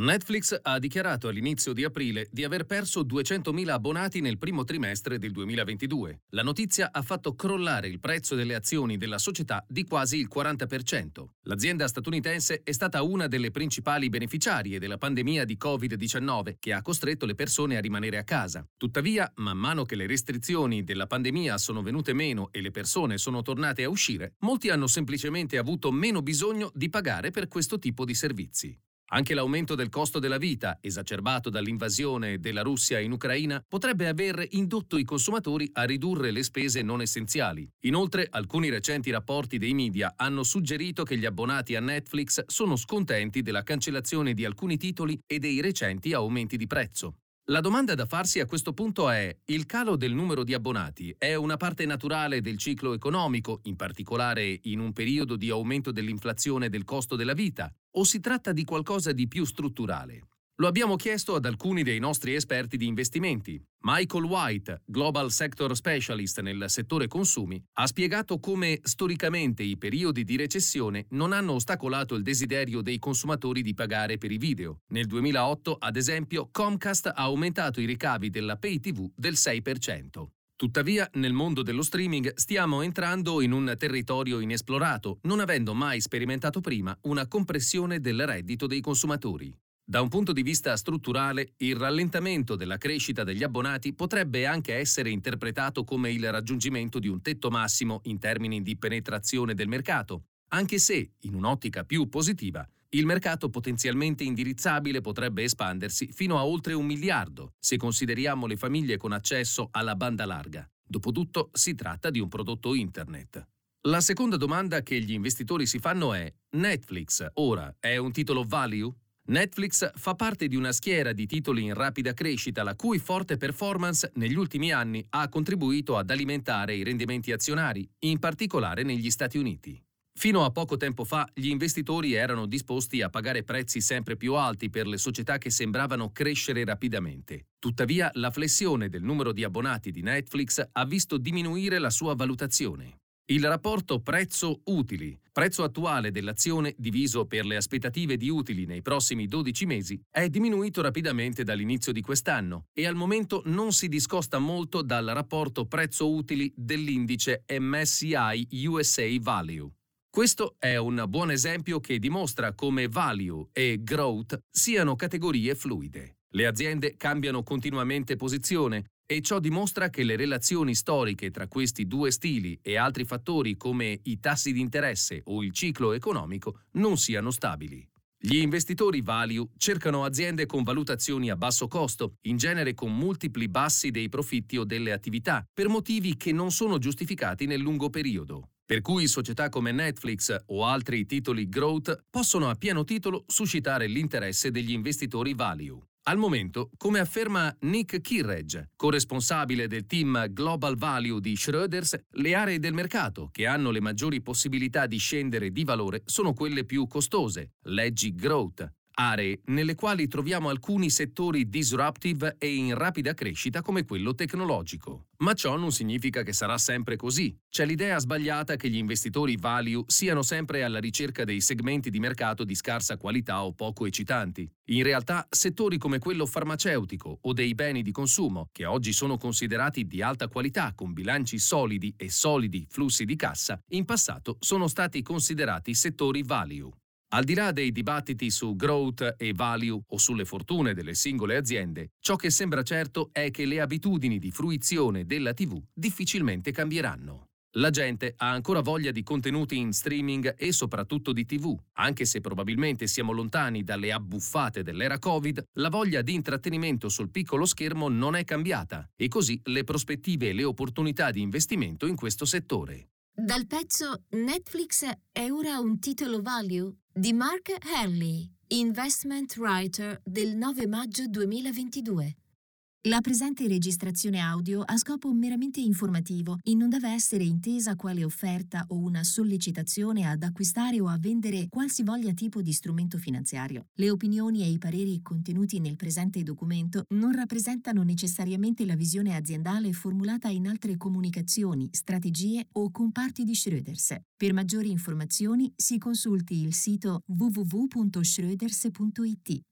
Netflix ha dichiarato all'inizio di aprile di aver perso 200.000 abbonati nel primo trimestre del 2022. La notizia ha fatto crollare il prezzo delle azioni della società di quasi il 40%. L'azienda statunitense è stata una delle principali beneficiarie della pandemia di Covid-19 che ha costretto le persone a rimanere a casa. Tuttavia, man mano che le restrizioni della pandemia sono venute meno e le persone sono tornate a uscire, molti hanno semplicemente avuto meno bisogno di pagare per questo tipo di servizi. Anche l'aumento del costo della vita, esacerbato dall'invasione della Russia in Ucraina, potrebbe aver indotto i consumatori a ridurre le spese non essenziali. Inoltre, alcuni recenti rapporti dei media hanno suggerito che gli abbonati a Netflix sono scontenti della cancellazione di alcuni titoli e dei recenti aumenti di prezzo. La domanda da farsi a questo punto è: il calo del numero di abbonati è una parte naturale del ciclo economico, in particolare in un periodo di aumento dell'inflazione e del costo della vita, o si tratta di qualcosa di più strutturale? Lo abbiamo chiesto ad alcuni dei nostri esperti di investimenti. Michael White, Global Sector Specialist nel settore consumi, ha spiegato come storicamente i periodi di recessione non hanno ostacolato il desiderio dei consumatori di pagare per i video. Nel 2008, ad esempio, Comcast ha aumentato i ricavi della Pay TV del 6%. Tuttavia, nel mondo dello streaming stiamo entrando in un territorio inesplorato, non avendo mai sperimentato prima una compressione del reddito dei consumatori. Da un punto di vista strutturale, il rallentamento della crescita degli abbonati potrebbe anche essere interpretato come il raggiungimento di un tetto massimo in termini di penetrazione del mercato, anche se, in un'ottica più positiva, il mercato potenzialmente indirizzabile potrebbe espandersi fino a oltre 1 miliardo, se consideriamo le famiglie con accesso alla banda larga. Dopotutto, si tratta di un prodotto internet. La seconda domanda che gli investitori si fanno è: Netflix ora è un titolo value? Netflix fa parte di una schiera di titoli in rapida crescita, la cui forte performance negli ultimi anni ha contribuito ad alimentare i rendimenti azionari, in particolare negli Stati Uniti. Fino a poco tempo fa, gli investitori erano disposti a pagare prezzi sempre più alti per le società che sembravano crescere rapidamente. Tuttavia, la flessione del numero di abbonati di Netflix ha visto diminuire la sua valutazione. Il rapporto prezzo-utili, prezzo attuale dell'azione diviso per le aspettative di utili nei prossimi 12 mesi, è diminuito rapidamente dall'inizio di quest'anno e al momento non si discosta molto dal rapporto prezzo-utili dell'indice MSCI USA Value. Questo è un buon esempio che dimostra come value e growth siano categorie fluide. Le aziende cambiano continuamente posizione e ciò dimostra che le relazioni storiche tra questi due stili e altri fattori come i tassi di interesse o il ciclo economico non siano stabili. Gli investitori value cercano aziende con valutazioni a basso costo, in genere con multipli bassi dei profitti o delle attività, per motivi che non sono giustificati nel lungo periodo. Per cui società come Netflix o altri titoli growth possono a pieno titolo suscitare l'interesse degli investitori value. Al momento, come afferma Nick Kirredge, corresponsabile del team Global Value di Schroders, le aree del mercato che hanno le maggiori possibilità di scendere di valore sono quelle più costose, leggi growth, aree nelle quali troviamo alcuni settori disruptive e in rapida crescita come quello tecnologico. Ma ciò non significa che sarà sempre così. C'è l'idea sbagliata che gli investitori value siano sempre alla ricerca dei segmenti di mercato di scarsa qualità o poco eccitanti. In realtà, settori come quello farmaceutico o dei beni di consumo, che oggi sono considerati di alta qualità con bilanci solidi e solidi flussi di cassa, in passato sono stati considerati settori value. Al di là dei dibattiti su growth e value o sulle fortune delle singole aziende, ciò che sembra certo è che le abitudini di fruizione della TV difficilmente cambieranno. La gente ha ancora voglia di contenuti in streaming e soprattutto di TV. Anche se probabilmente siamo lontani dalle abbuffate dell'era Covid, la voglia di intrattenimento sul piccolo schermo non è cambiata e così le prospettive e le opportunità di investimento in questo settore. Dal pezzo Netflix è ora un titolo value di Mark Hurley, investment writer del 9 maggio 2022. La presente registrazione audio ha scopo meramente informativo e non deve essere intesa quale offerta o una sollecitazione ad acquistare o a vendere qualsivoglia tipo di strumento finanziario. Le opinioni e i pareri contenuti nel presente documento non rappresentano necessariamente la visione aziendale formulata in altre comunicazioni, strategie o comparti di Schroders. Per maggiori informazioni si consulti il sito www.schroders.it.